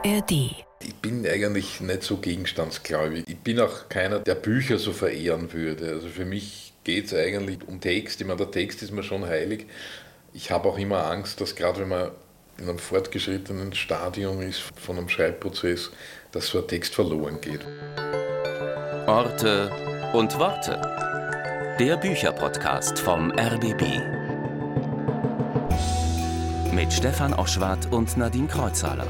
ARD. Ich bin eigentlich nicht so gegenstandsgläubig. Ich bin auch keiner, der Bücher so verehren würde. Also für mich geht es eigentlich um Text. Ich meine, der Text ist mir schon heilig. Ich habe auch immer Angst, dass gerade wenn man in einem fortgeschrittenen Stadium ist von einem Schreibprozess, dass so ein Text verloren geht. Orte und Worte. Der Bücherpodcast vom RBB. Mit Stefan Oschwart und Nadine Kreuzhaler.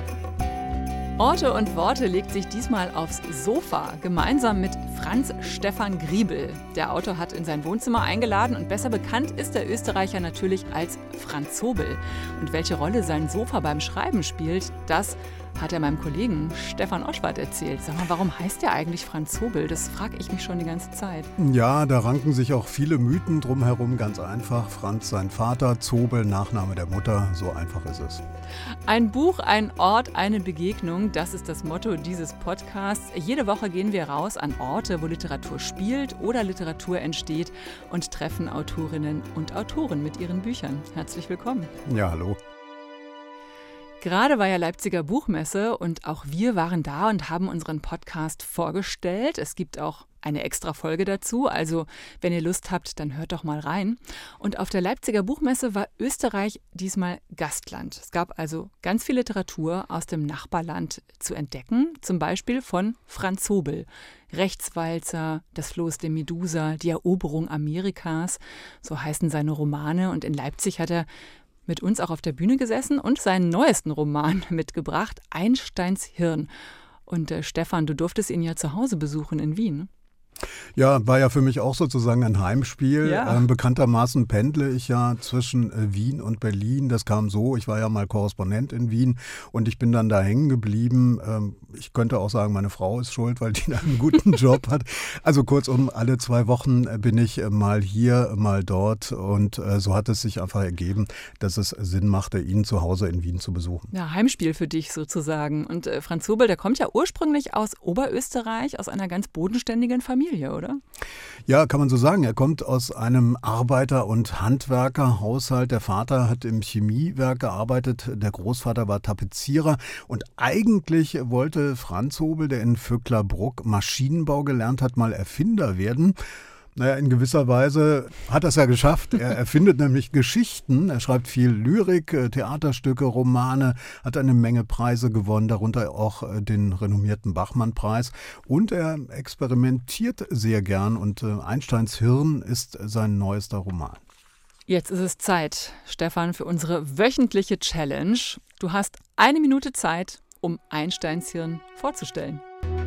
Orte und Worte legt sich diesmal aufs Sofa, gemeinsam mit Franz Stefan Griebel. Der Autor hat in sein Wohnzimmer eingeladen und besser bekannt ist der Österreicher natürlich als Franz Zobel. Und welche Rolle sein Sofa beim Schreiben spielt, das hat er meinem Kollegen Stefan Oschwart erzählt. Sag mal, warum heißt der eigentlich Franz Zobel? Das frage ich mich schon die ganze Zeit. Ja, da ranken sich auch viele Mythen drumherum, ganz einfach. Franz sein Vater, Zobel, Nachname der Mutter, so einfach ist es. Ein Buch, ein Ort, eine Begegnung, das ist das Motto dieses Podcasts. Jede Woche gehen wir raus an Orte, wo Literatur spielt oder Literatur entsteht und treffen Autorinnen und Autoren mit ihren Büchern. Herzlich willkommen. Ja, hallo. Gerade war ja Leipziger Buchmesse und auch wir waren da und haben unseren Podcast vorgestellt. Es gibt auch eine extra Folge dazu, also wenn ihr Lust habt, dann hört doch mal rein. Und auf der Leipziger Buchmesse war Österreich diesmal Gastland. Es gab also ganz viel Literatur aus dem Nachbarland zu entdecken, zum Beispiel von Franz Zobel. Rechtswalzer, Das Floß der Medusa, Die Eroberung Amerikas, so heißen seine Romane. Und in Leipzig hat er mit uns auch auf der Bühne gesessen und seinen neuesten Roman mitgebracht, Einsteins Hirn. Und Stefan, du durftest ihn ja zu Hause besuchen in Wien. Ja, war ja für mich auch sozusagen ein Heimspiel. Ja. Bekanntermaßen pendle ich ja zwischen Wien und Berlin. Das kam so, ich war ja mal Korrespondent in Wien und ich bin dann da hängen geblieben. Ich könnte auch sagen, meine Frau ist schuld, weil die da einen guten Job hat. Also kurzum, alle 2 Wochen bin ich mal hier, mal dort und so hat es sich einfach ergeben, dass es Sinn machte, ihn zu Hause in Wien zu besuchen. Ja, Heimspiel für dich sozusagen. Und Franz Zobel, der kommt ja ursprünglich aus Oberösterreich, aus einer ganz bodenständigen Familie, oder? Ja, kann man so sagen. Er kommt aus einem Arbeiter- und Handwerkerhaushalt. Der Vater hat im Chemiewerk gearbeitet, der Großvater war Tapezierer und eigentlich wollte Franz Zobel, der in Vöcklerbruck Maschinenbau gelernt hat, mal Erfinder werden. Naja, in gewisser Weise hat er es ja geschafft. Er erfindet nämlich Geschichten. Er schreibt viel Lyrik, Theaterstücke, Romane, hat eine Menge Preise gewonnen, darunter auch den renommierten Bachmann-Preis. Und er experimentiert sehr gern und Einsteins Hirn ist sein neuester Roman. Jetzt ist es Zeit, Stefan, für unsere wöchentliche Challenge. Du hast 1 Minute Zeit, um Einsteins Hirn vorzustellen.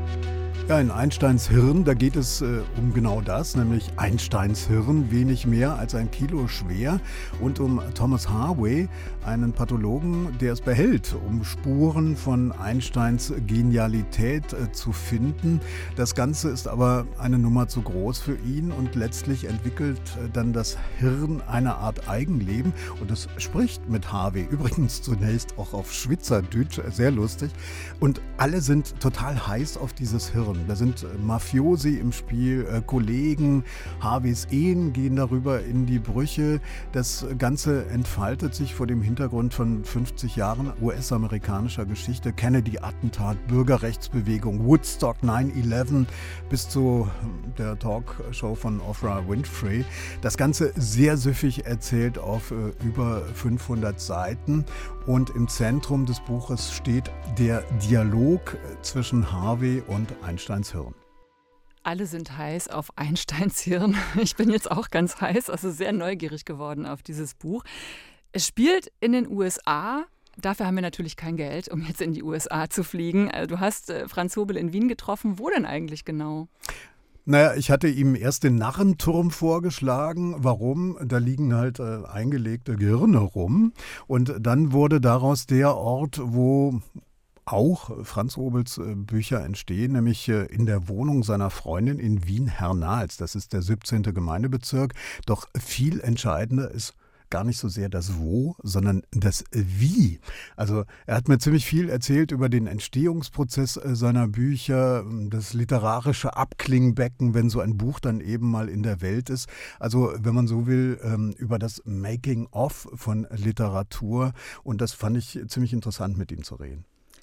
Ja, in Einsteins Hirn, da geht es um genau das, nämlich Einsteins Hirn, wenig mehr als 1 Kilo schwer, und um Thomas Harvey, einen Pathologen, der es behält, um Spuren von Einsteins Genialität zu finden. Das Ganze ist aber eine Nummer zu groß für ihn und letztlich entwickelt dann das Hirn eine Art Eigenleben und es spricht mit Harvey, übrigens zunächst auch auf Schweizerdeutsch, sehr lustig, und alle sind total heiß auf dieses Hirn. Da sind Mafiosi im Spiel, Kollegen, Harveys Ehen gehen darüber in die Brüche. Das Ganze entfaltet sich vor dem Hintergrund von 50 Jahren US-amerikanischer Geschichte. Kennedy-Attentat, Bürgerrechtsbewegung, Woodstock 9/11 bis zu der Talkshow von Oprah Winfrey. Das Ganze sehr süffig erzählt auf über 500 Seiten. Und im Zentrum des Buches steht der Dialog zwischen Harvey und Einsteins Hirn. Alle sind heiß auf Einsteins Hirn. Ich bin jetzt auch ganz heiß, also sehr neugierig geworden auf dieses Buch. Es spielt in den USA. Dafür haben wir natürlich kein Geld, um jetzt in die USA zu fliegen. Du hast Franz Zobel in Wien getroffen. Wo denn eigentlich genau? Naja, ich hatte ihm erst den Narrenturm vorgeschlagen. Warum? Da liegen halt eingelegte Gehirne rum. Und dann wurde daraus der Ort, wo auch Franz Zobels Bücher entstehen, nämlich in der Wohnung seiner Freundin in Wien-Hernals. Das ist der 17. Gemeindebezirk. Doch viel entscheidender ist gar nicht so sehr das Wo, sondern das Wie. Also er hat mir ziemlich viel erzählt über den Entstehungsprozess seiner Bücher, das literarische Abklingbecken, wenn so ein Buch dann eben mal in der Welt ist. Also wenn man so will, über das Making-of von Literatur. Und das fand ich ziemlich interessant, mit ihm zu reden.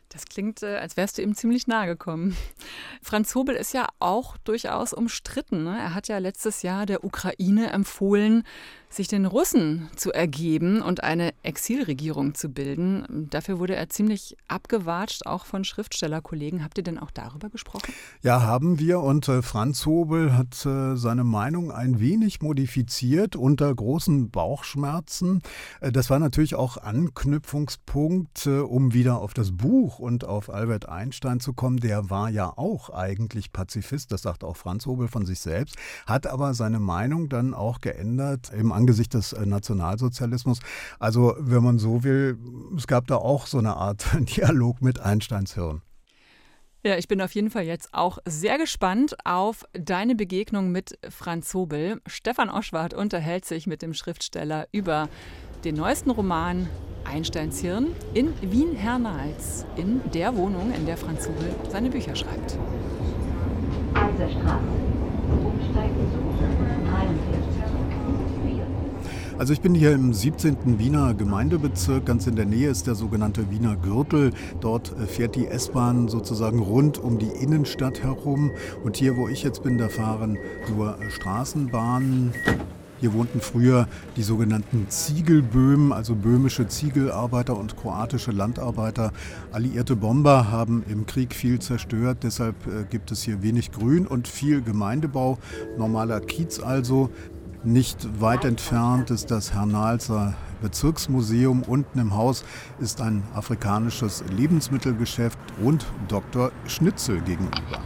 Das klingt, als wärst du ihm ziemlich nahe gekommen. Franz Hobel ist ja auch durchaus umstritten, ne? Er hat ja letztes Jahr der Ukraine empfohlen, sich den Russen zu ergeben und eine Exilregierung zu bilden. Dafür wurde er ziemlich abgewatscht, auch von Schriftstellerkollegen. Habt ihr denn auch darüber gesprochen? Ja, haben wir. Und Franz Hobel hat seine Meinung ein wenig modifiziert unter großen Bauchschmerzen. Das war natürlich auch Anknüpfungspunkt, um wieder auf das Buch und auf Albert Einstein zu kommen. Der war ja auch eigentlich Pazifist, das sagt auch Franz Hobel von sich selbst, hat aber seine Meinung dann auch geändert im Angesicht des Nationalsozialismus. Also, wenn man so will, es gab da auch so eine Art Dialog mit Einsteins Hirn. Ja, ich bin auf jeden Fall jetzt auch sehr gespannt auf deine Begegnung mit Franz Hobel. Stefan Oschwart unterhält sich mit dem Schriftsteller über den neuesten Roman Einsteins Hirn in Wien-Hernals, in der Wohnung, in der Franz Hobel seine Bücher schreibt. Kaiserstraße. Umsteigen zu 43. Also ich bin hier im 17. Wiener Gemeindebezirk, ganz in der Nähe ist der sogenannte Wiener Gürtel. Dort fährt die S-Bahn sozusagen rund um die Innenstadt herum. Und hier, wo ich jetzt bin, da fahren nur Straßenbahnen. Hier wohnten früher die sogenannten Ziegelböhmen, also böhmische Ziegelarbeiter und kroatische Landarbeiter. Alliierte Bomber haben im Krieg viel zerstört, deshalb gibt es hier wenig Grün und viel Gemeindebau. Normaler Kiez also. Nicht weit entfernt ist das Hernalser Bezirksmuseum. Unten im Haus ist ein afrikanisches Lebensmittelgeschäft und Dr. Schnitzel gegenüber.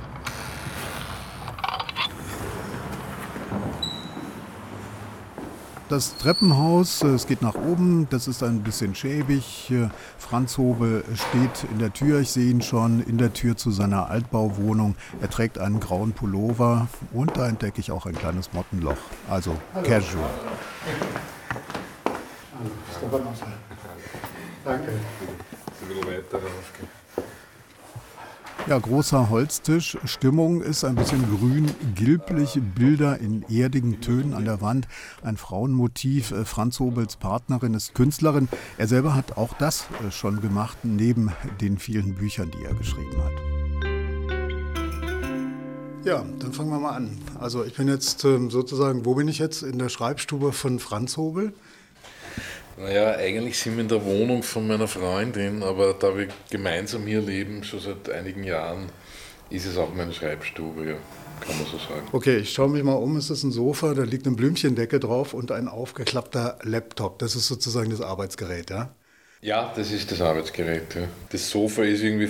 Das Treppenhaus, es geht nach oben, das ist ein bisschen schäbig. Franz Hobel steht in der Tür, ich sehe ihn schon, in der Tür zu seiner Altbauwohnung. Er trägt einen grauen Pullover und da entdecke ich auch ein kleines Mottenloch, also hallo. Casual. Hallo, Stefan Oschwart. Danke. Ein bisschen weiter raufgehen. Ja, großer Holztisch. Stimmung ist ein bisschen grün-gilblich. Bilder in erdigen Tönen an der Wand. Ein Frauenmotiv. Franz Hobels Partnerin ist Künstlerin. Er selber hat auch das schon gemacht, neben den vielen Büchern, die er geschrieben hat. Ja, dann fangen wir mal an. Also ich bin jetzt sozusagen, wo bin ich jetzt? In der Schreibstube von Franz Hobel. Naja, eigentlich sind wir in der Wohnung von meiner Freundin, aber da wir gemeinsam hier leben, schon seit einigen Jahren, ist es auch meine Schreibstube, ja, kann man so sagen. Okay, ich schaue mich mal um, es ist ein Sofa, da liegt eine Blümchendecke drauf und ein aufgeklappter Laptop. Das ist sozusagen das Arbeitsgerät, ja? Ja, das ist das Arbeitsgerät. Ja. Das Sofa ist irgendwie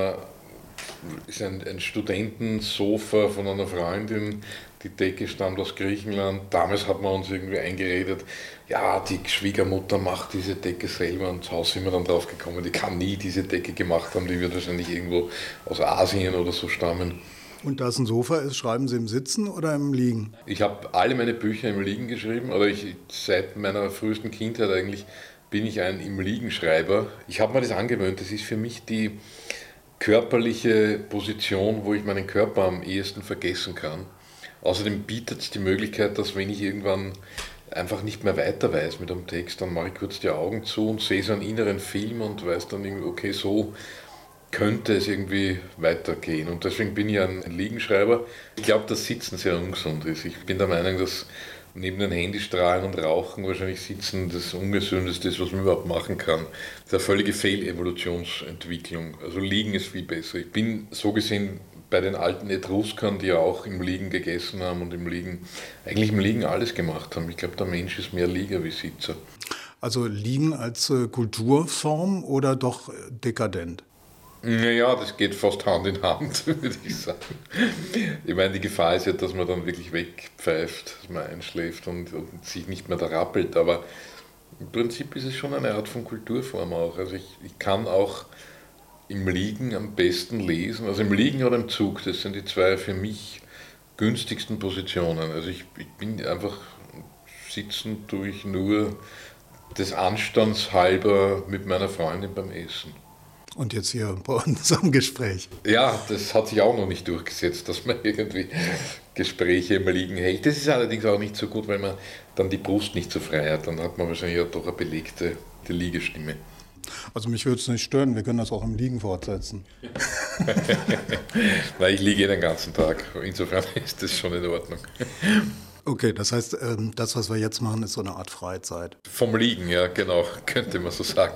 ist ein Studentensofa von einer Freundin. Die Decke stammt aus Griechenland. Damals hat man uns irgendwie eingeredet, ja, die Schwiegermutter macht diese Decke selber und zu Hause sind wir dann drauf gekommen, die kann nie diese Decke gemacht haben, die wird wahrscheinlich irgendwo aus Asien oder so stammen. Und da es ein Sofa ist, schreiben Sie im Sitzen oder im Liegen? Ich habe alle meine Bücher im Liegen geschrieben, oder seit meiner frühesten Kindheit eigentlich bin ich ein im Liegen Schreiber. Ich habe mir das angewöhnt, das ist für mich die körperliche Position, wo ich meinen Körper am ehesten vergessen kann. Außerdem bietet es die Möglichkeit, dass wenn ich irgendwann einfach nicht mehr weiter weiß mit einem Text, dann mache ich kurz die Augen zu und sehe so einen inneren Film und weiß dann irgendwie, okay, so könnte es irgendwie weitergehen. Und deswegen bin ich ein Liegenschreiber. Ich glaube, dass Sitzen sehr ungesund ist. Ich bin der Meinung, dass neben den Handystrahlen und Rauchen wahrscheinlich Sitzen das Ungesündeste ist, was man überhaupt machen kann. Das ist eine völlige Fehlevolutionsentwicklung. Also Liegen ist viel besser. Ich bin so gesehen bei den alten Etruskern, die ja auch im Liegen gegessen haben und eigentlich im Liegen alles gemacht haben. Ich glaube, der Mensch ist mehr Lieger wie Sitzer. Also Liegen als Kulturform oder doch dekadent? Naja, das geht fast Hand in Hand, würde ich sagen. Ich meine, die Gefahr ist ja, dass man dann wirklich wegpfeift, dass man einschläft und sich nicht mehr da rappelt. Aber im Prinzip ist es schon eine Art von Kulturform auch. Also ich kann auch im Liegen am besten lesen, also im Liegen oder im Zug, das sind die zwei für mich günstigsten Positionen. Also ich bin einfach, sitzen tue ich nur des Anstands halber mit meiner Freundin beim Essen. Und jetzt hier bei unserem Gespräch. Ja, das hat sich auch noch nicht durchgesetzt, dass man irgendwie Gespräche im Liegen hält. Das ist allerdings auch nicht so gut, weil man dann die Brust nicht so frei hat. Dann hat man wahrscheinlich auch doch eine belegte Liegestimme. Also mich würde es nicht stören, wir können das auch im Liegen fortsetzen. Weil ich liege den ganzen Tag. Insofern ist das schon in Ordnung. Okay, das heißt, das, was wir jetzt machen, ist so eine Art Freizeit. Vom Liegen, ja, genau, könnte man so sagen.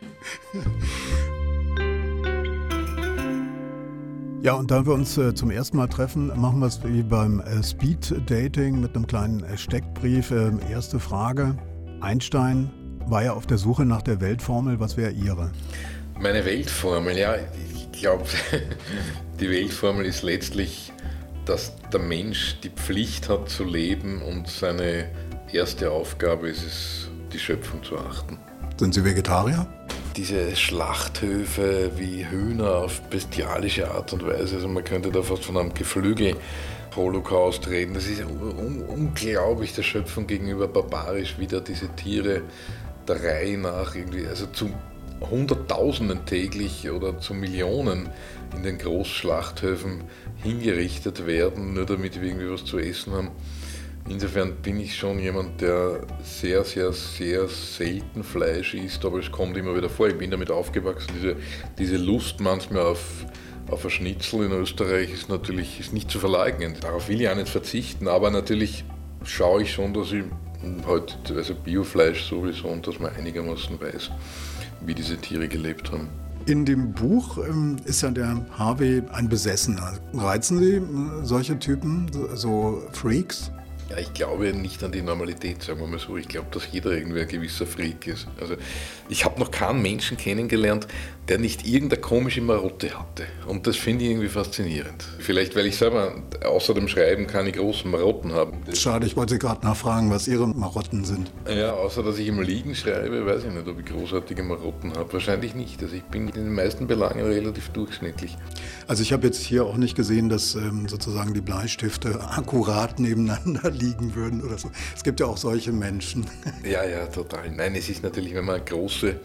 Ja, und da wir uns zum ersten Mal treffen, machen wir es wie beim Speed-Dating mit einem kleinen Steckbrief. Erste Frage. Einstein war ja auf der Suche nach der Weltformel. Was wäre Ihre? Meine Weltformel, ja, ich glaube, die Weltformel ist letztlich, dass der Mensch die Pflicht hat zu leben und seine erste Aufgabe ist es, die Schöpfung zu achten. Sind Sie Vegetarier? Diese Schlachthöfe wie Hühner auf bestialische Art und Weise, also man könnte da fast von einem Geflügel-Holocaust reden. Das ist unglaublich der Schöpfung gegenüber barbarisch, wie da diese Tiere der Reihe nach irgendwie, also zu Hunderttausenden täglich oder zu Millionen in den Großschlachthöfen hingerichtet werden, nur damit wir irgendwie was zu essen haben. Insofern bin ich schon jemand, der sehr, sehr, sehr selten Fleisch isst, aber es kommt immer wieder vor. Ich bin damit aufgewachsen. Diese Lust manchmal auf ein Schnitzel in Österreich ist natürlich nicht zu verleugnen. Darauf will ich auch nicht verzichten, aber natürlich schaue ich schon, dass ich halt, also Biofleisch sowieso, und dass man einigermaßen weiß, wie diese Tiere gelebt haben. In dem Buch ist ja der Harvey ein Besessener. Reizen Sie solche Typen, so Freaks? Ja, ich glaube nicht an die Normalität, sagen wir mal so. Ich glaube, dass jeder irgendwie ein gewisser Freak ist. Also ich habe noch keinen Menschen kennengelernt, der nicht irgendeine komische Marotte hatte. Und das finde ich irgendwie faszinierend. Vielleicht, weil ich selber außer dem Schreiben keine großen Marotten habe. Schade, ich wollte gerade nachfragen, was Ihre Marotten sind. Ja, außer dass ich im Liegen schreibe, weiß ich nicht, ob ich großartige Marotten habe. Wahrscheinlich nicht. Also ich bin in den meisten Belangen relativ durchschnittlich. Also ich habe jetzt hier auch nicht gesehen, dass sozusagen die Bleistifte akkurat nebeneinander liegen würden oder so. Es gibt ja auch solche Menschen. Ja, total. Nein, es ist natürlich, wenn man eine große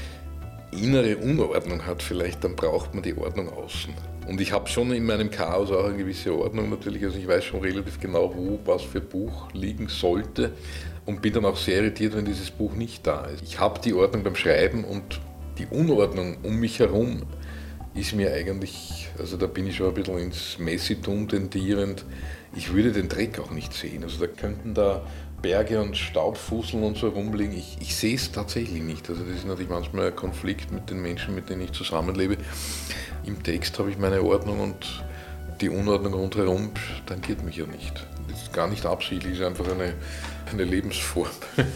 innere Unordnung hat vielleicht, dann braucht man die Ordnung außen. Und ich habe schon in meinem Chaos auch eine gewisse Ordnung natürlich, also ich weiß schon relativ genau, wo was für Buch liegen sollte und bin dann auch sehr irritiert, wenn dieses Buch nicht da ist. Ich habe die Ordnung beim Schreiben und die Unordnung um mich herum ist mir eigentlich, also da bin ich schon ein bisschen ins Messitum tendierend, ich würde den Dreck auch nicht sehen. Also da könnten da Berge und Staubfusseln und so rumliegen. Ich sehe es tatsächlich nicht. Also das ist natürlich manchmal ein Konflikt mit den Menschen, mit denen ich zusammenlebe. Im Text habe ich meine Ordnung und die Unordnung rundherum tangiert mich ja nicht. Das ist gar nicht absichtlich, es ist einfach eine Lebensform.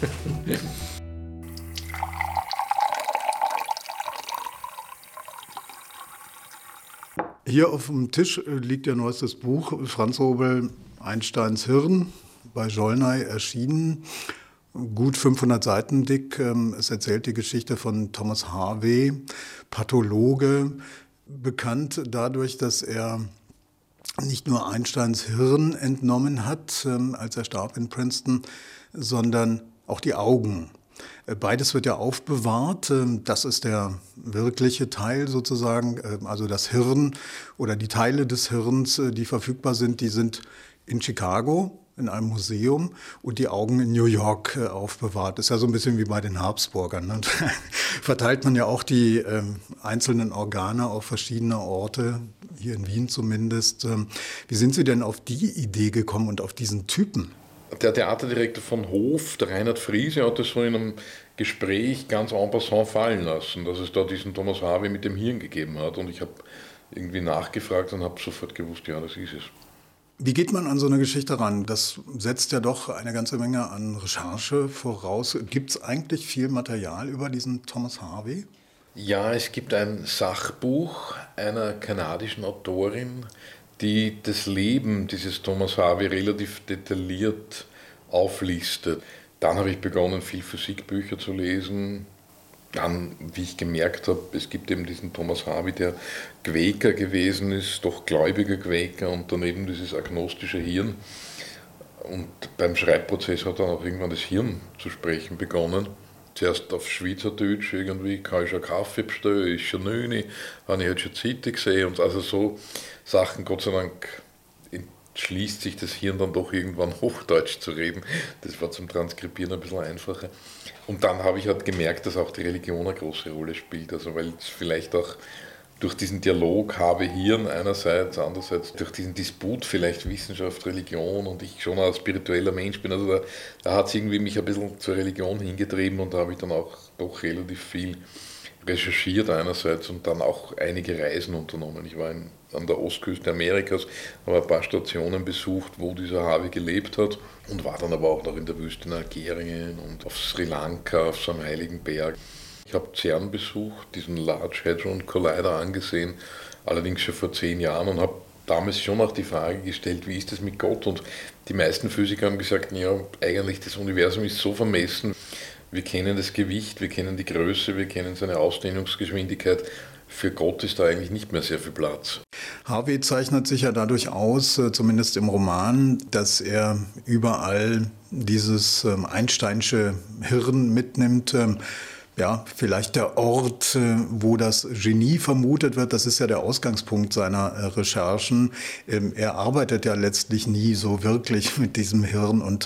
Hier auf dem Tisch liegt Ihr neuestes Buch, Franz Robel, Einsteins Hirn, bei Jollnay erschienen. Gut 500 Seiten dick. Es erzählt die Geschichte von Thomas Harvey, Pathologe, bekannt dadurch, dass er nicht nur Einsteins Hirn entnommen hat, als er starb in Princeton, sondern auch die Augen. Beides wird ja aufbewahrt. Das ist der wirkliche Teil sozusagen. Also das Hirn oder die Teile des Hirns, die verfügbar sind, die sind in Chicago in einem Museum und die Augen in New York aufbewahrt. Das ist ja so ein bisschen wie bei den Habsburgern. Ne? Verteilt man ja auch die einzelnen Organe auf verschiedene Orte, hier in Wien zumindest. Wie sind Sie denn auf die Idee gekommen und auf diesen Typen? Der Theaterdirektor von Hof, der Reinhard Friese, hat das so in einem Gespräch ganz en passant fallen lassen, dass es da diesen Thomas Harvey mit dem Hirn gegeben hat. Und ich habe irgendwie nachgefragt und habe sofort gewusst, ja, das ist es. Wie geht man an so eine Geschichte ran? Das setzt ja doch eine ganze Menge an Recherche voraus. Gibt es eigentlich viel Material über diesen Thomas Harvey? Ja, es gibt ein Sachbuch einer kanadischen Autorin, die das Leben dieses Thomas Harvey relativ detailliert auflistet. Dann habe ich begonnen, viel Physikbücher zu lesen. Dann, wie ich gemerkt habe, es gibt eben diesen Thomas Harvey, der Quäker gewesen ist, doch gläubiger Quäker und daneben dieses agnostische Hirn. Und beim Schreibprozess hat dann auch irgendwann das Hirn zu sprechen begonnen. Zuerst auf Schweizerdeutsch irgendwie, kann ich schon Kaffee bestellen, ist schon 9, habe ich halt schon Zeitung gesehen und also so Sachen, Gott sei Dank, in schließt sich das Hirn dann doch irgendwann Hochdeutsch zu reden. Das war zum Transkribieren ein bisschen einfacher. Und dann habe ich halt gemerkt, dass auch die Religion eine große Rolle spielt. Also weil es vielleicht auch durch diesen Dialog habe Hirn einerseits, andererseits durch diesen Disput vielleicht Wissenschaft, Religion und ich schon ein spiritueller Mensch bin. Also da hat es irgendwie mich ein bisschen zur Religion hingetrieben und da habe ich dann auch doch relativ viel recherchiert einerseits und dann auch einige Reisen unternommen. Ich war an der Ostküste Amerikas, habe ein paar Stationen besucht, wo dieser Harvey gelebt hat und war dann aber auch noch in der Wüste in Algerien und auf Sri Lanka, auf so einem heiligen Berg. Ich habe CERN besucht, diesen Large Hadron Collider angesehen, allerdings schon vor 10 Jahren und habe damals schon auch die Frage gestellt, wie ist das mit Gott? Und die meisten Physiker haben gesagt, ja, eigentlich das Universum ist so vermessen, wir kennen das Gewicht, wir kennen die Größe, wir kennen seine Ausdehnungsgeschwindigkeit. Für Gott ist da eigentlich nicht mehr sehr viel Platz. Harvey zeichnet sich ja dadurch aus, zumindest im Roman, dass er überall dieses Einsteinsche Hirn mitnimmt. Ja, vielleicht der Ort, wo das Genie vermutet wird, das ist ja der Ausgangspunkt seiner Recherchen. Er arbeitet ja letztlich nie so wirklich mit diesem Hirn und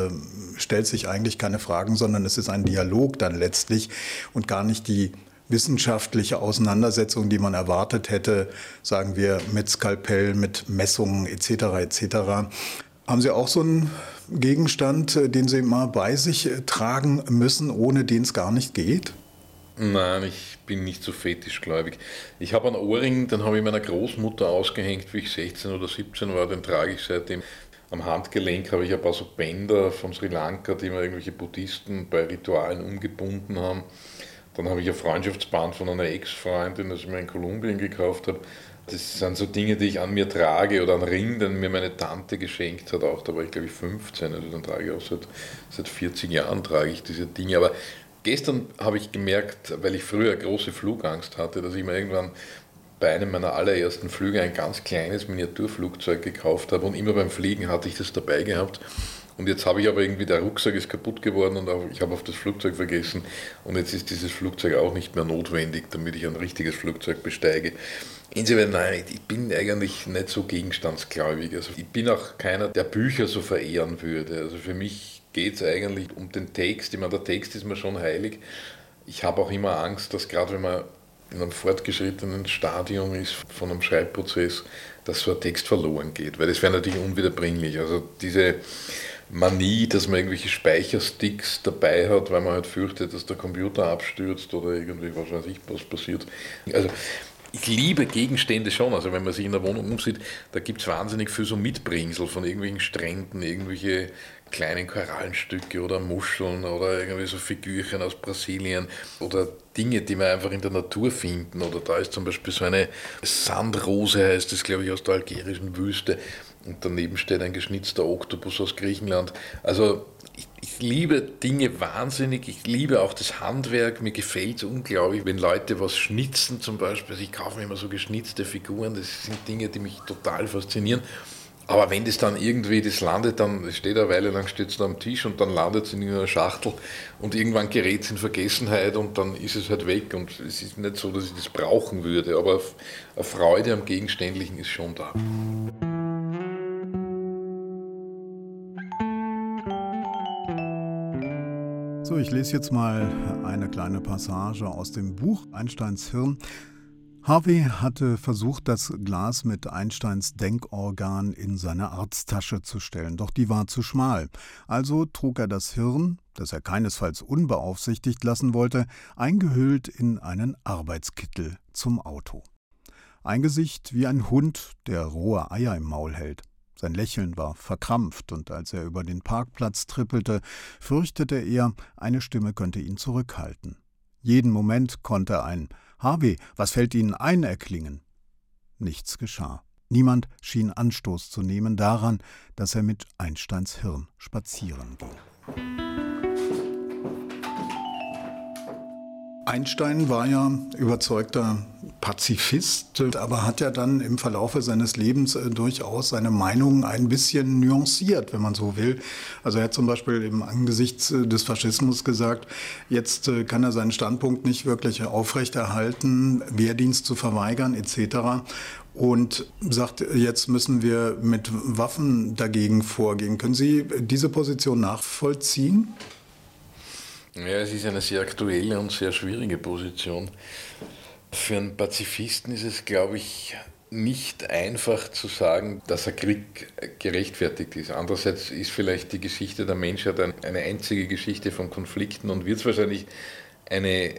stellt sich eigentlich keine Fragen, sondern es ist ein Dialog dann letztlich und gar nicht die wissenschaftliche Auseinandersetzung, die man erwartet hätte, sagen wir mit Skalpell, mit Messungen etc. etc. Haben Sie auch so einen Gegenstand, den Sie mal bei sich tragen müssen, ohne den es gar nicht geht? Nein, ich bin nicht so fetischgläubig. Ich habe einen Ohrring, den habe ich meiner Großmutter ausgehängt, wie ich 16 oder 17 war, den trage ich seitdem. Am Handgelenk habe ich ein paar so Bänder von Sri Lanka, die mir irgendwelche Buddhisten bei Ritualen umgebunden haben. Dann habe ich ein Freundschaftsband von einer Ex-Freundin, das ich mir in Kolumbien gekauft habe. Das sind so Dinge, die ich an mir trage, oder einen Ring, den mir meine Tante geschenkt hat, auch da war ich glaube ich 15, also dann trage ich auch seit 40 Jahren trage ich diese Dinge. Aber gestern habe ich gemerkt, weil ich früher große Flugangst hatte, dass ich mir irgendwann bei einem meiner allerersten Flüge ein ganz kleines Miniaturflugzeug gekauft habe und immer beim Fliegen hatte ich das dabei gehabt. Und jetzt habe ich aber irgendwie, der Rucksack ist kaputt geworden und ich habe auf das Flugzeug vergessen und jetzt ist dieses Flugzeug auch nicht mehr notwendig, damit ich ein richtiges Flugzeug besteige. Insofern, nein, ich bin eigentlich nicht so gegenstandsgläubig. Also ich bin auch keiner, der Bücher so verehren würde. Also für mich geht es eigentlich um den Text. Ich meine, der Text ist mir schon heilig. Ich habe auch immer Angst, dass gerade wenn man in einem fortgeschrittenen Stadium ist von einem Schreibprozess, dass so ein Text verloren geht, weil das wäre natürlich unwiederbringlich. Also diese Manie, dass man irgendwelche Speichersticks dabei hat, weil man halt fürchtet, dass der Computer abstürzt oder irgendwie, was weiß ich, was passiert. Also ich liebe Gegenstände schon, also wenn man sich in der Wohnung umsieht, da gibt es wahnsinnig viel so Mitbringsel von irgendwelchen Stränden, irgendwelche kleinen Korallenstücke oder Muscheln oder irgendwie so Figürchen aus Brasilien oder Dinge, die wir einfach in der Natur finden. Oder da ist zum Beispiel so eine Sandrose, heißt das, glaube ich, aus der algerischen Wüste. Und daneben steht ein geschnitzter Oktopus aus Griechenland. Also ich liebe Dinge wahnsinnig, ich liebe auch das Handwerk, mir gefällt es unglaublich, wenn Leute was schnitzen zum Beispiel. Also ich kaufe mir immer so geschnitzte Figuren, das sind Dinge, die mich total faszinieren. Aber wenn das dann irgendwie, das landet dann, es steht eine Weile lang, steht es da am Tisch und dann landet es in einer Schachtel und irgendwann gerät es in Vergessenheit und dann ist es halt weg und es ist nicht so, dass ich das brauchen würde, aber eine Freude am Gegenständlichen ist schon da. So, ich lese jetzt mal eine kleine Passage aus dem Buch Einsteins Hirn. Harvey hatte versucht, das Glas mit Einsteins Denkorgan in seine Arzttasche zu stellen, doch die war zu schmal. Also trug er das Hirn, das er keinesfalls unbeaufsichtigt lassen wollte, eingehüllt in einen Arbeitskittel zum Auto. Ein Gesicht wie ein Hund, der rohe Eier im Maul hält. Sein Lächeln war verkrampft, und als er über den Parkplatz trippelte, fürchtete er, eine Stimme könnte ihn zurückhalten. Jeden Moment konnte ein »Harvey, was fällt Ihnen ein?« erklingen. Nichts geschah. Niemand schien Anstoß zu nehmen daran, dass er mit Einsteins Hirn spazieren ging. Einstein war ja überzeugter Pazifist, aber hat ja dann im Verlaufe seines Lebens durchaus seine Meinung ein bisschen nuanciert, wenn man so will. Also er hat zum Beispiel im Angesichts des Faschismus gesagt, jetzt kann er seinen Standpunkt nicht wirklich aufrechterhalten, Wehrdienst zu verweigern etc. Und sagt, jetzt müssen wir mit Waffen dagegen vorgehen. Können Sie diese Position nachvollziehen? Ja, es ist eine sehr aktuelle und sehr schwierige Position. Für einen Pazifisten ist es, glaube ich, nicht einfach zu sagen, dass ein Krieg gerechtfertigt ist. Andererseits ist vielleicht die Geschichte der Menschheit eine einzige Geschichte von Konflikten und wird es wahrscheinlich eine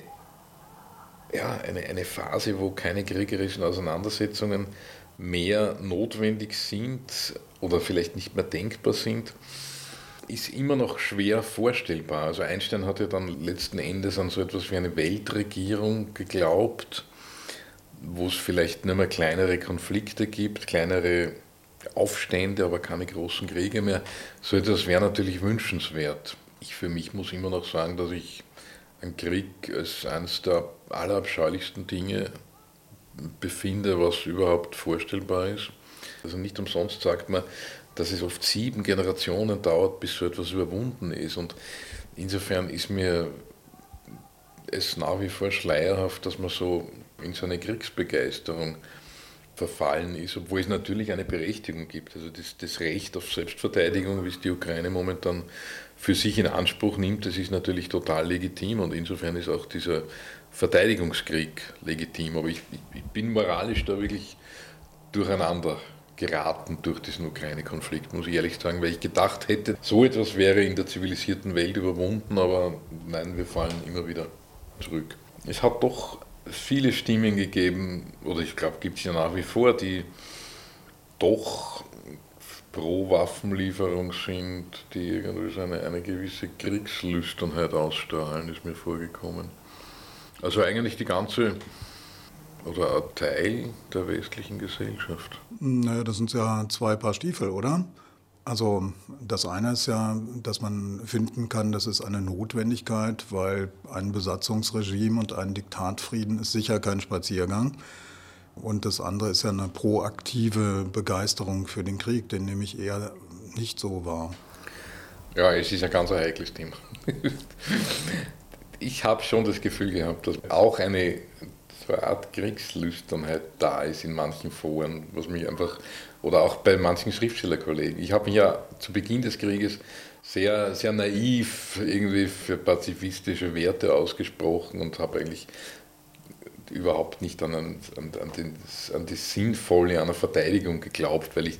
Phase, wo keine kriegerischen Auseinandersetzungen mehr notwendig sind oder vielleicht nicht mehr denkbar sind, ist immer noch schwer vorstellbar. Also Einstein hat ja dann letzten Endes an so etwas wie eine Weltregierung geglaubt, wo es vielleicht nur mehr kleinere Konflikte gibt, kleinere Aufstände, aber keine großen Kriege mehr. So etwas wäre natürlich wünschenswert. Ich für mich muss immer noch sagen, dass ich einen Krieg als eines der allerabscheulichsten Dinge befinde, was überhaupt vorstellbar ist. Also nicht umsonst sagt man, dass es oft 7 Generationen dauert, bis so etwas überwunden ist. Und insofern ist mir es nach wie vor schleierhaft, dass man so in so eine Kriegsbegeisterung verfallen ist, obwohl es natürlich eine Berechtigung gibt. Also das Recht auf Selbstverteidigung, wie es die Ukraine momentan für sich in Anspruch nimmt, das ist natürlich total legitim und insofern ist auch dieser Verteidigungskrieg legitim. Aber ich bin moralisch da wirklich durcheinander geraten durch diesen Ukraine-Konflikt, muss ich ehrlich sagen, weil ich gedacht hätte, so etwas wäre in der zivilisierten Welt überwunden, aber nein, wir fallen immer wieder zurück. Es hat doch viele Stimmen gegeben, oder ich glaube, gibt es ja nach wie vor, die doch pro Waffenlieferung sind, die irgendwie so eine gewisse Kriegslüsternheit ausstrahlen, ist mir vorgekommen. Also eigentlich die ganze oder ein Teil der westlichen Gesellschaft. Naja, das sind ja 2 Paar Stiefel, oder? Also das eine ist ja, dass man finden kann, das ist eine Notwendigkeit, weil ein Besatzungsregime und ein Diktatfrieden ist sicher kein Spaziergang. Und das andere ist ja eine proaktive Begeisterung für den Krieg, den nehme ich eher nicht so wahr. Ja, es ist ein ganz heikles Thema. Ich habe schon das Gefühl gehabt, dass auch eine Art Kriegslüsternheit da ist in manchen Foren, was mich einfach, oder auch bei manchen Schriftstellerkollegen. Ich habe mich ja zu Beginn des Krieges sehr, sehr naiv irgendwie für pazifistische Werte ausgesprochen und habe eigentlich überhaupt nicht an das Sinnvolle einer Verteidigung geglaubt, weil ich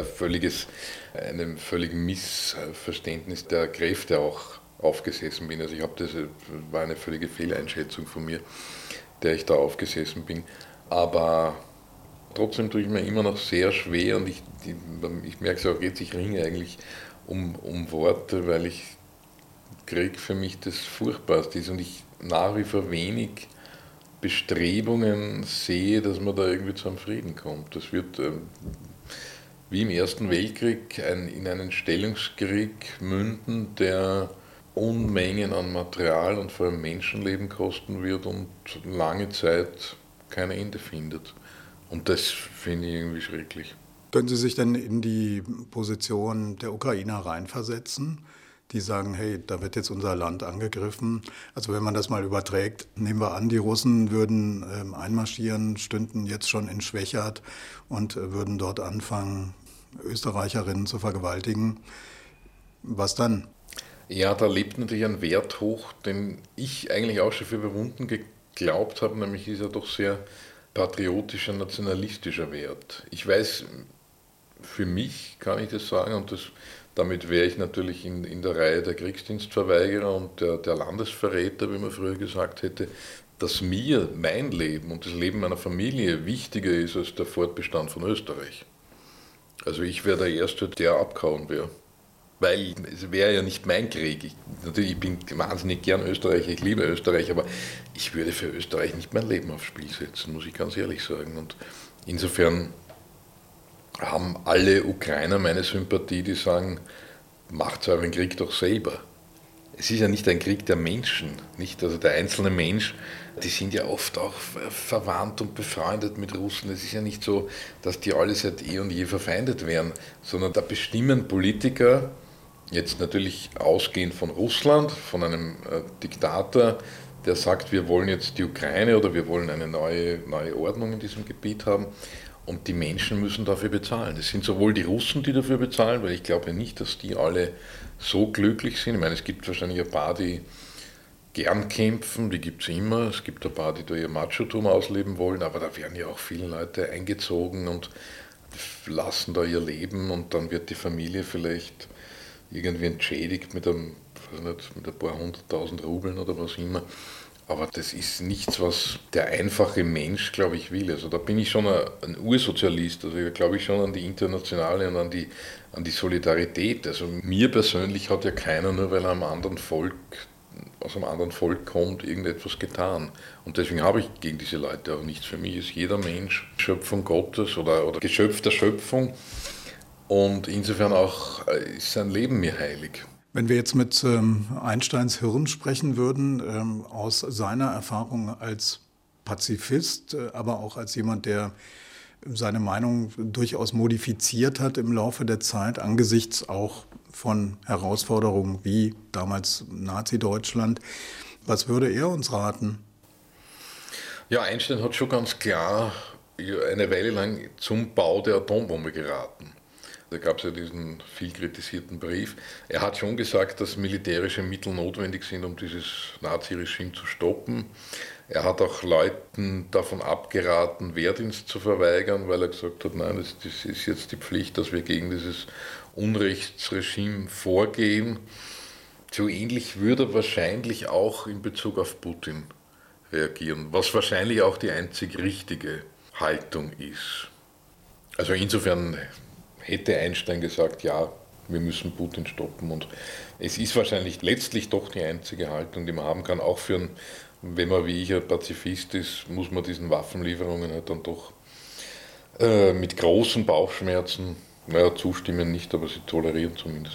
einem völligen Missverständnis der Kräfte auch aufgesessen bin. Also das war eine völlige Fehleinschätzung von mir, der ich da aufgesessen bin. Aber trotzdem tue ich mir immer noch sehr schwer und ich merke es auch jetzt, ich ringe eigentlich um Worte, weil Krieg für mich das Furchtbarste ist und ich nach wie vor wenig Bestrebungen sehe, dass man da irgendwie zu einem Frieden kommt. Das wird wie im Ersten Weltkrieg in einen Stellungskrieg münden, der Unmengen an Material und vor allem Menschenleben kosten wird und lange Zeit kein Ende findet. Und das finde ich irgendwie schrecklich. Können Sie sich denn in die Position der Ukrainer reinversetzen, die sagen, hey, da wird jetzt unser Land angegriffen? Also wenn man das mal überträgt, nehmen wir an, die Russen würden einmarschieren, stünden jetzt schon in Schwechat und würden dort anfangen, Österreicherinnen zu vergewaltigen. Was dann? Ja, da lebt natürlich ein Wert hoch, den ich eigentlich auch schon für überwunden geglaubt habe, nämlich ist er doch sehr patriotischer, nationalistischer Wert. Ich weiß, für mich kann ich das sagen, und damit wäre ich natürlich in der Reihe der Kriegsdienstverweigerer und der Landesverräter, wie man früher gesagt hätte, dass mir mein Leben und das Leben meiner Familie wichtiger ist als der Fortbestand von Österreich. Also ich wäre der Erste, der abgehauen wäre. Weil es wäre ja nicht mein Krieg. Ich bin wahnsinnig gern Österreicher, ich liebe Österreich, aber ich würde für Österreich nicht mein Leben aufs Spiel setzen, muss ich ganz ehrlich sagen. Und insofern haben alle Ukrainer meine Sympathie, die sagen, macht euren Krieg doch selber. es ist ja nicht ein Krieg der Menschen, nicht? Also der einzelne Mensch, die sind ja oft auch verwandt und befreundet mit Russen. Es ist ja nicht so, dass die alle seit eh und je verfeindet wären, sondern da bestimmen Politiker, jetzt natürlich ausgehend von Russland, von einem Diktator, der sagt, wir wollen jetzt die Ukraine oder wir wollen eine neue Ordnung in diesem Gebiet haben. Und die Menschen müssen dafür bezahlen. Es sind sowohl die Russen, die dafür bezahlen, weil ich glaube nicht, dass die alle so glücklich sind. Ich meine, es gibt wahrscheinlich ein paar, die gern kämpfen, die gibt es immer. Es gibt ein paar, die da ihr Machotum ausleben wollen, aber da werden ja auch viele Leute eingezogen und lassen da ihr Leben und dann wird die Familie vielleicht irgendwie entschädigt mit ein paar 100.000 Rubeln oder was immer. Aber das ist nichts, was der einfache Mensch, glaube ich, will. Also da bin ich schon ein Ursozialist. Also da glaube ich schon an die Internationale und an die Solidarität. Also mir persönlich hat ja keiner, nur weil er aus einem anderen Volk kommt, irgendetwas getan. Und deswegen habe ich gegen diese Leute auch nichts. Für mich ist jeder Mensch Schöpfung Gottes oder Geschöpf der Schöpfung. Und insofern auch ist sein Leben mir heilig. Wenn wir jetzt mit Einsteins Hirn sprechen würden, aus seiner Erfahrung als Pazifist, aber auch als jemand, der seine Meinung durchaus modifiziert hat im Laufe der Zeit, angesichts auch von Herausforderungen wie damals Nazi-Deutschland, was würde er uns raten? Ja, Einstein hat schon ganz klar eine Weile lang zum Bau der Atombombe geraten. Da gab es ja diesen viel kritisierten Brief. Er hat schon gesagt, dass militärische Mittel notwendig sind, um dieses Naziregime zu stoppen. Er hat auch Leuten davon abgeraten, Wehrdienst zu verweigern, weil er gesagt hat, nein, das ist jetzt die Pflicht, dass wir gegen dieses Unrechtsregime vorgehen. So ähnlich würde er wahrscheinlich auch in Bezug auf Putin reagieren, was wahrscheinlich auch die einzig richtige Haltung ist. Also insofern hätte Einstein gesagt, ja, wir müssen Putin stoppen. Und es ist wahrscheinlich letztlich doch die einzige Haltung, die man haben kann. Auch wenn man wie ich ein Pazifist ist, muss man diesen Waffenlieferungen halt dann doch mit großen Bauchschmerzen, zustimmen nicht, aber sie tolerieren zumindest.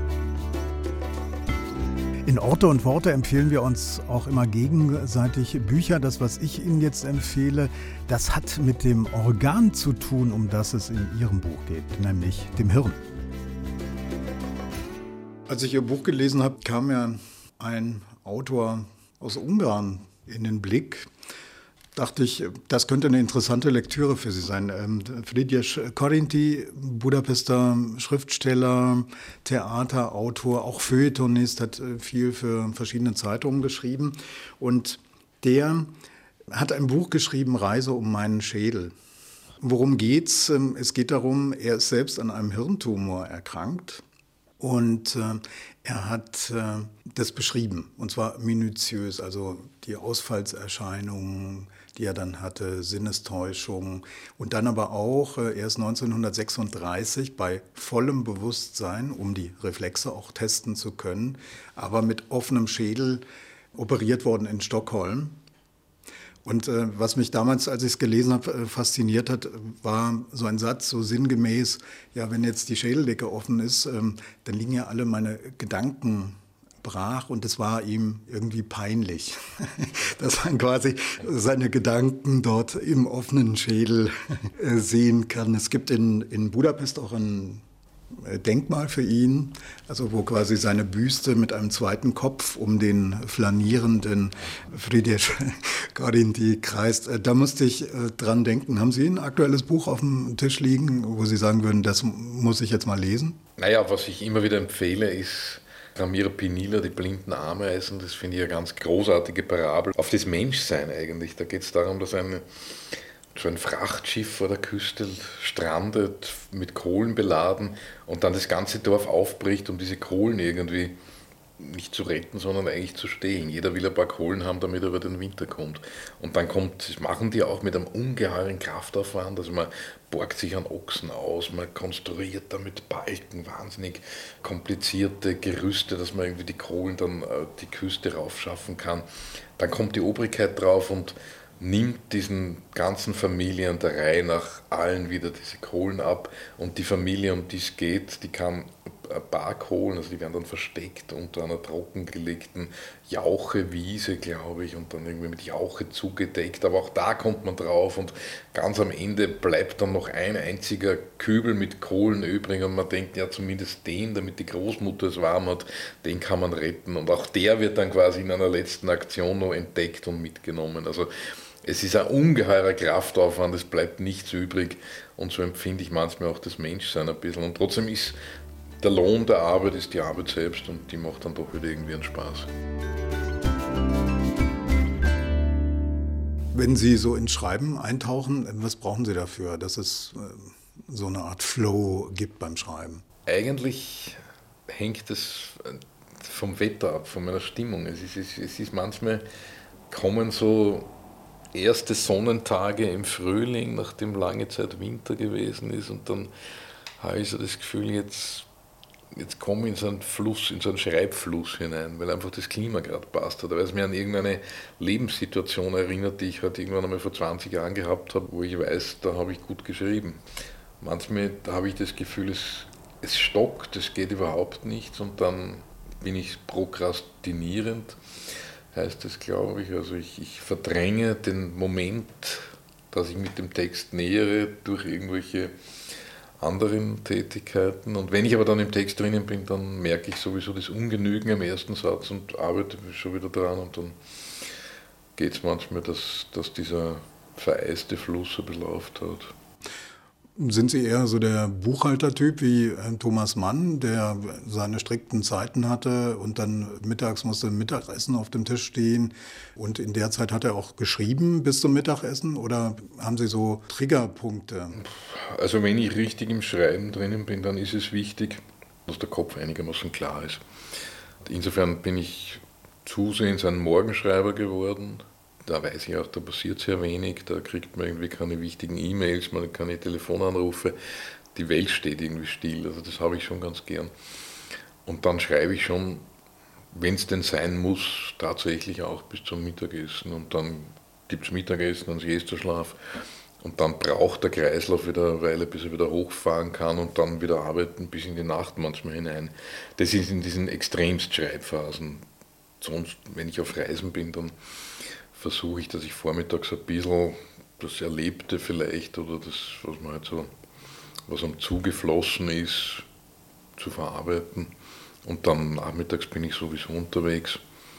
In Orte und Worte empfehlen wir uns auch immer gegenseitig Bücher. Das, was ich Ihnen jetzt empfehle, das hat mit dem Organ zu tun, um das es in Ihrem Buch geht, nämlich dem Hirn. Als ich Ihr Buch gelesen habe, kam mir ein Autor aus Ungarn in den Blick. Dachte ich, das könnte eine interessante Lektüre für Sie sein. Frigyes Karinthy, Budapester Schriftsteller, Theaterautor, auch Feuilletonist, hat viel für verschiedene Zeitungen geschrieben. Und der hat ein Buch geschrieben, Reise um meinen Schädel. Worum geht's? Es geht darum, er ist selbst an einem Hirntumor erkrankt. Und er hat das beschrieben, und zwar minutiös, also die Ausfallserscheinungen, die er dann hatte, Sinnestäuschung und dann aber auch, er ist 1936 bei vollem Bewusstsein, um die Reflexe auch testen zu können, aber mit offenem Schädel operiert worden in Stockholm. Und was mich damals, als ich es gelesen habe, fasziniert hat, war so ein Satz, so sinngemäß, ja, wenn jetzt die Schädeldecke offen ist, dann liegen ja alle meine Gedanken brach und es war ihm irgendwie peinlich, dass man quasi seine Gedanken dort im offenen Schädel sehen kann. Es gibt in Budapest auch ein Denkmal für ihn, also wo quasi seine Büste mit einem zweiten Kopf um den flanierenden Frigyes Karinthy kreist. Da musste ich dran denken. Haben Sie ein aktuelles Buch auf dem Tisch liegen, wo Sie sagen würden, das muss ich jetzt mal lesen? Naja, was ich immer wieder empfehle, ist Ramiro Pinilla, die blinden Ameisen. Das finde ich eine ganz großartige Parabel auf das Menschsein eigentlich. Da geht es darum, dass so ein Frachtschiff vor der Küste strandet, mit Kohlen beladen und dann das ganze Dorf aufbricht, um diese Kohlen irgendwie nicht zu retten, sondern eigentlich zu stehlen. Jeder will ein paar Kohlen haben, damit er über den Winter kommt. Und dann das machen die auch mit einem ungeheuren Kraftaufwand. Also man borgt sich einen Ochsen aus, man konstruiert damit Balken, wahnsinnig komplizierte Gerüste, dass man irgendwie die Kohlen dann die Küste raufschaffen kann. Dann kommt die Obrigkeit drauf und nimmt diesen ganzen Familien der Reihe nach allen wieder diese Kohlen ab und die Familie, um die es geht, die kann Barkholen, also die werden dann versteckt unter einer trockengelegten Jauchewiese, glaube ich, und dann irgendwie mit Jauche zugedeckt, aber auch da kommt man drauf und ganz am Ende bleibt dann noch ein einziger Kübel mit Kohlen übrig und man denkt, ja zumindest den, damit die Großmutter es warm hat, den kann man retten und auch der wird dann quasi in einer letzten Aktion noch entdeckt und mitgenommen. Also es ist ein ungeheurer Kraftaufwand, es bleibt nichts übrig und so empfinde ich manchmal auch das Menschsein ein bisschen. Und trotzdem ist der Lohn der Arbeit ist die Arbeit selbst und die macht dann doch wieder irgendwie einen Spaß. Wenn Sie so ins Schreiben eintauchen, was brauchen Sie dafür, dass es so eine Art Flow gibt beim Schreiben? Eigentlich hängt es vom Wetter ab, von meiner Stimmung. Es ist manchmal, kommen so erste Sonnentage im Frühling, nachdem lange Zeit Winter gewesen ist und dann habe ich so das Gefühl, jetzt komme ich in so einen Fluss, in so einen Schreibfluss hinein, weil einfach das Klima gerade passt hat, weil es mir an irgendeine Lebenssituation erinnert, die ich halt irgendwann einmal vor 20 Jahren gehabt habe, wo ich weiß, da habe ich gut geschrieben. Manchmal habe ich das Gefühl, es stockt, es geht überhaupt nichts und dann bin ich prokrastinierend, heißt das, glaube ich. Also ich verdränge den Moment, dass ich mit dem Text nähere durch irgendwelche anderen Tätigkeiten. Und wenn ich aber dann im Text drinnen bin, dann merke ich sowieso das Ungenügen am ersten Satz und arbeite schon wieder dran und dann geht es manchmal, dass dieser vereiste Fluss ein bisschen auftaucht. Sind Sie eher so der Buchhaltertyp wie Thomas Mann, der seine strikten Zeiten hatte und dann mittags musste Mittagessen auf dem Tisch stehen und in der Zeit hat er auch geschrieben bis zum Mittagessen oder haben Sie so Triggerpunkte? Also wenn ich richtig im Schreiben drinnen bin, dann ist es wichtig, dass der Kopf einigermaßen klar ist. Insofern bin ich zusehends ein Morgenschreiber geworden. Da weiß ich auch, da passiert sehr wenig, da kriegt man irgendwie keine wichtigen E-Mails, man hat keine Telefonanrufe, die Welt steht irgendwie still, also das habe ich schon ganz gern. Und dann schreibe ich schon, wenn es denn sein muss, tatsächlich auch bis zum Mittagessen und dann gibt es Mittagessen, dann Siesta-Schlaf und dann braucht der Kreislauf wieder eine Weile, bis er wieder hochfahren kann und dann wieder arbeiten bis in die Nacht manchmal hinein. Das ist in diesen extremst Schreibphasen. Sonst, wenn ich auf Reisen bin, dann versuche ich, dass ich vormittags ein bisschen das Erlebte vielleicht oder das, was man halt so, was am Zug geflossen ist, zu verarbeiten. Und dann nachmittags bin ich sowieso unterwegs.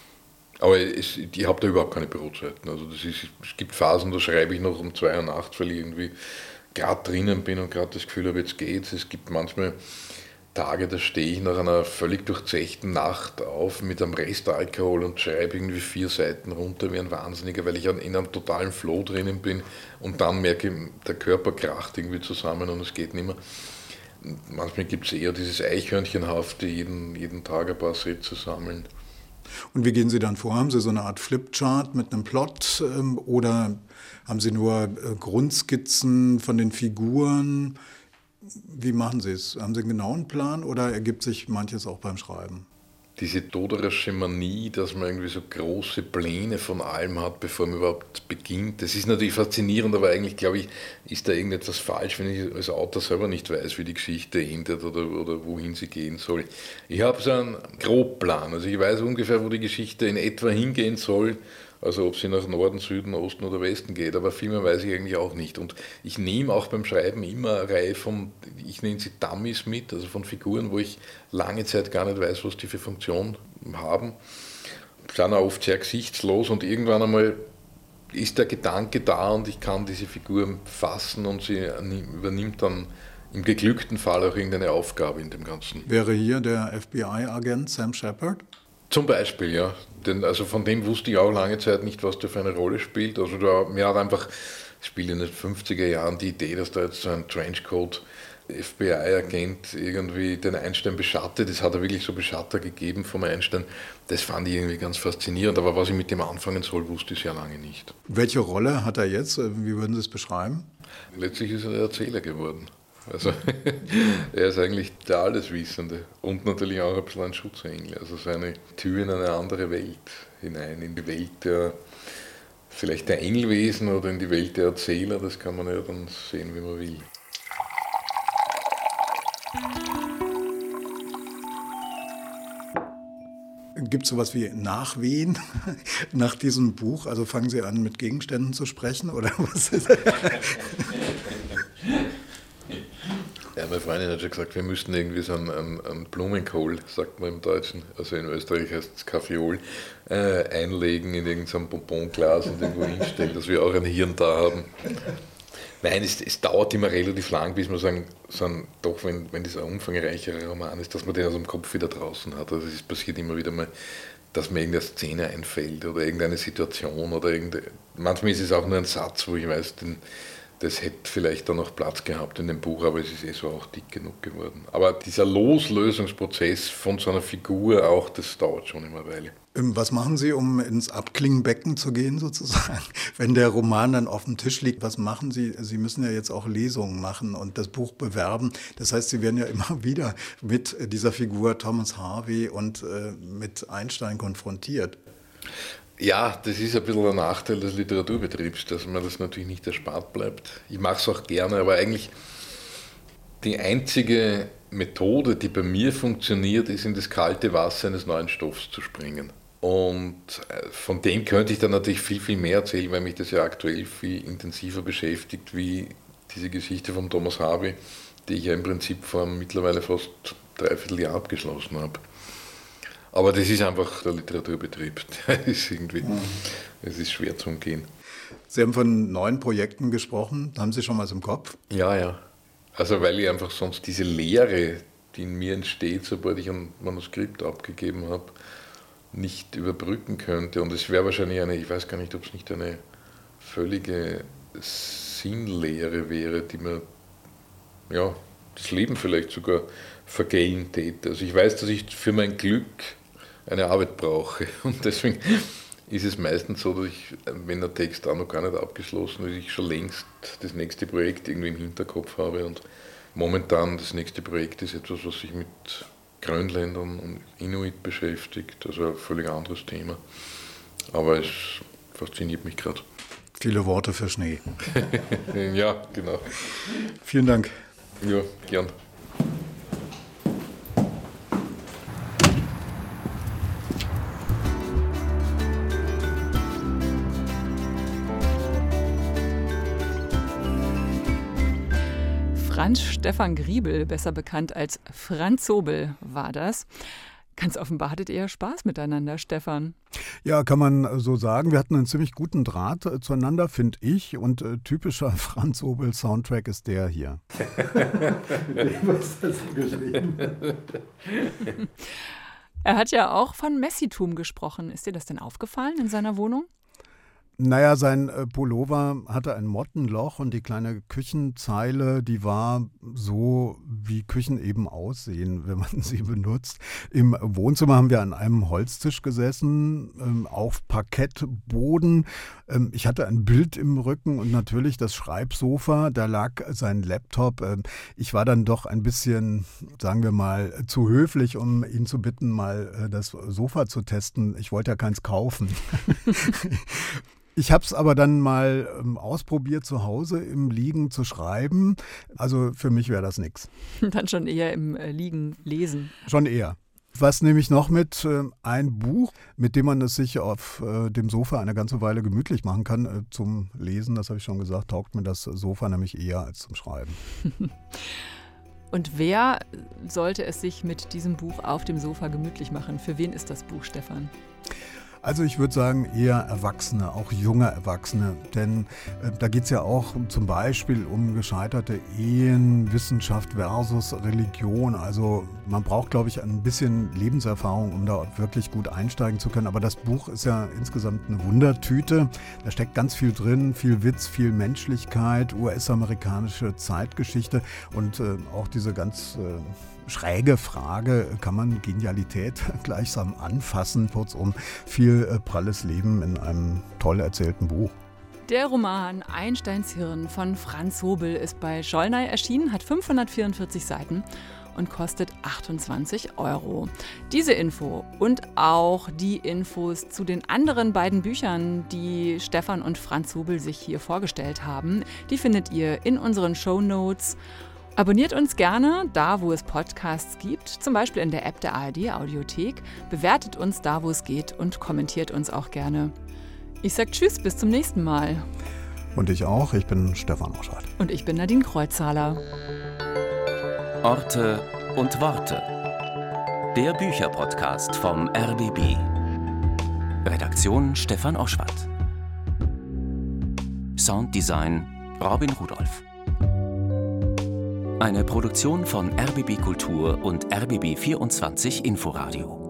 Aber ich habe da überhaupt keine Bürozeiten. Also es gibt Phasen, da schreibe ich noch um 2 Uhr nachts, weil ich irgendwie gerade drinnen bin und gerade das Gefühl habe, jetzt geht's. Es gibt manchmal Tage, da stehe ich nach einer völlig durchzechten Nacht auf mit einem Restalkohol und schreibe irgendwie 4 Seiten runter wie ein Wahnsinniger, weil ich in einem totalen Flow drinnen bin und dann merke ich, der Körper kracht irgendwie zusammen und es geht nicht mehr. Manchmal gibt es eher dieses Eichhörnchenhafte, jeden Tag ein paar Sätze sammeln. Und wie gehen Sie dann vor? Haben Sie so eine Art Flipchart mit einem Plot oder haben Sie nur Grundskizzen von den Figuren? Wie machen Sie es? Haben Sie einen genauen Plan oder ergibt sich manches auch beim Schreiben? Diese toderische Manie, dass man irgendwie so große Pläne von allem hat, bevor man überhaupt beginnt. Das ist natürlich faszinierend, aber eigentlich, glaube ich, ist da irgendetwas falsch, wenn ich als Autor selber nicht weiß, wie die Geschichte endet oder wohin sie gehen soll. Ich habe so einen Grobplan, also ich weiß ungefähr, wo die Geschichte in etwa hingehen soll, also ob sie nach Norden, Süden, Osten oder Westen geht, aber viel mehr weiß ich eigentlich auch nicht. Und ich nehme auch beim Schreiben immer eine Reihe von, ich nenne sie Dummies mit, also von Figuren, wo ich lange Zeit gar nicht weiß, was die für Funktion haben. Sind auch oft sehr gesichtslos und irgendwann einmal ist der Gedanke da und ich kann diese Figur fassen und sie übernimmt dann im geglückten Fall auch irgendeine Aufgabe in dem Ganzen. Wäre hier der FBI-Agent Sam Shepard? Zum Beispiel, ja. Denn also von dem wusste ich auch lange Zeit nicht, was der für eine Rolle spielt. Also mir hat einfach, es spielt in den 50er Jahren die Idee, dass da jetzt so ein Trenchcoat FBI-Agent irgendwie den Einstein beschattet. Das hat er wirklich so Beschatter gegeben vom Einstein. Das fand ich irgendwie ganz faszinierend. Aber was ich mit dem anfangen soll, wusste ich sehr lange nicht. Welche Rolle hat er jetzt? Wie würden Sie es beschreiben? Letztlich ist er der Erzähler geworden. Also er ist eigentlich der Alleswissende und natürlich auch ein bisschen ein Schutzengel. Also seine Tür in eine andere Welt hinein, in die Welt der vielleicht der Engelwesen oder in die Welt der Erzähler, das kann man ja dann sehen, wie man will. Gibt es sowas wie Nachwehen nach diesem Buch? Also fangen Sie an, mit Gegenständen zu sprechen oder was ist das? Ja, meine Freundin hat schon gesagt, wir müssten irgendwie so einen Blumenkohl, sagt man im Deutschen, also in Österreich heißt es Kaffeeol, einlegen in irgendein Bonbonglas und irgendwo hinstellen, dass wir auch ein Hirn da haben. Nein, es dauert immer relativ lang, bis man sagen, doch wenn das ein umfangreicherer Roman ist, dass man den aus dem Kopf wieder draußen hat. Also es passiert immer wieder mal, dass mir irgendeine Szene einfällt oder irgendeine Situation oder manchmal ist es auch nur ein Satz, wo ich weiß, das hätte vielleicht dann noch Platz gehabt in dem Buch, aber es ist so auch dick genug geworden. Aber dieser Loslösungsprozess von so einer Figur auch, das dauert schon immer eine Weile. Was machen Sie, um ins Abklingenbecken zu gehen sozusagen? Wenn der Roman dann auf dem Tisch liegt, was machen Sie? Sie müssen ja jetzt auch Lesungen machen und das Buch bewerben. Das heißt, Sie werden ja immer wieder mit dieser Figur Thomas Harvey und mit Einstein konfrontiert. Ja, das ist ein bisschen der Nachteil des Literaturbetriebs, dass mir das natürlich nicht erspart bleibt. Ich mache es auch gerne, aber eigentlich die einzige Methode, die bei mir funktioniert, ist in das kalte Wasser eines neuen Stoffs zu springen. Und von dem könnte ich dann natürlich viel, viel mehr erzählen, weil mich das ja aktuell viel intensiver beschäftigt, wie diese Geschichte von Thomas Harvey, die ich ja im Prinzip vor mittlerweile fast 3/4 Jahr abgeschlossen habe. Aber das ist einfach der Literaturbetrieb. Es ist schwer zu umgehen. Sie haben von neuen Projekten gesprochen. Haben Sie schon was im Kopf? Ja. Also weil ich einfach sonst diese Leere, die in mir entsteht, sobald ich ein Manuskript abgegeben habe, nicht überbrücken könnte. Und es wäre wahrscheinlich ich weiß gar nicht, ob es nicht eine völlige Sinnlehre wäre, die mir das Leben vielleicht sogar vergällen täte. Also ich weiß, dass ich für mein Glück eine Arbeit brauche und deswegen ist es meistens so, dass ich, wenn der Text auch noch gar nicht abgeschlossen ist, ich schon längst das nächste Projekt irgendwie im Hinterkopf habe und momentan das nächste Projekt ist etwas, was sich mit Grönländern und Inuit beschäftigt, also ein völlig anderes Thema, aber es fasziniert mich gerade. Viele Worte für Schnee. Ja, genau. Vielen Dank. Ja, gern. Franz Stefan Griebel, besser bekannt als Franz Sobel, war das. Ganz offenbar hattet ihr Spaß miteinander, Stefan. Ja, kann man so sagen. Wir hatten einen ziemlich guten Draht zueinander, finde ich. Und typischer Franz Sobel-Soundtrack ist der hier. Was hast du geschrieben? Er hat ja auch von Messitum gesprochen. Ist dir das denn aufgefallen in seiner Wohnung? Naja, sein Pullover hatte ein Mottenloch und die kleine Küchenzeile, die war so, wie Küchen eben aussehen, wenn man sie benutzt. Im Wohnzimmer haben wir an einem Holztisch gesessen, auf Parkettboden. Ich hatte ein Bild im Rücken und natürlich das Schreibsofa, da lag sein Laptop. Ich war dann doch ein bisschen, sagen wir mal, zu höflich, um ihn zu bitten, mal das Sofa zu testen. Ich wollte ja keins kaufen. Ich habe es aber dann mal ausprobiert, zu Hause im Liegen zu schreiben. Also für mich wäre das nichts. Dann schon eher im Liegen lesen. Schon eher. Was nehme ich noch mit? Ein Buch, mit dem man es sich auf dem Sofa eine ganze Weile gemütlich machen kann. Zum Lesen, das habe ich schon gesagt, taugt mir das Sofa nämlich eher als zum Schreiben. Und wer sollte es sich mit diesem Buch auf dem Sofa gemütlich machen? Für wen ist das Buch, Stefan? Also ich würde sagen eher Erwachsene, auch junge Erwachsene, denn da geht es ja auch zum Beispiel um gescheiterte Ehen, Wissenschaft versus Religion. Also man braucht, glaube ich, ein bisschen Lebenserfahrung, um da wirklich gut einsteigen zu können. Aber das Buch ist ja insgesamt eine Wundertüte. Da steckt ganz viel drin, viel Witz, viel Menschlichkeit, US-amerikanische Zeitgeschichte und auch diese ganz schräge Frage, kann man Genialität gleichsam anfassen? Kurzum, viel pralles Leben in einem toll erzählten Buch. Der Roman Einsteins Hirn von Franz Sobel ist bei Schollnay erschienen, hat 544 Seiten und kostet 28 €. Diese Info und auch die Infos zu den anderen beiden Büchern, die Stefan und Franz Sobel sich hier vorgestellt haben, die findet ihr in unseren Shownotes. Abonniert uns gerne da, wo es Podcasts gibt, zum Beispiel in der App der ARD-Audiothek. Bewertet uns da, wo es geht und kommentiert uns auch gerne. Ich sag Tschüss, bis zum nächsten Mal. Und ich auch, ich bin Stefan Oschwart. Und ich bin Nadine Kreuzhaler. Orte und Worte. Der Bücherpodcast vom RBB. Redaktion Stefan Oschwart. Sounddesign Robin Rudolph. Eine Produktion von RBB Kultur und RBB 24 Inforadio.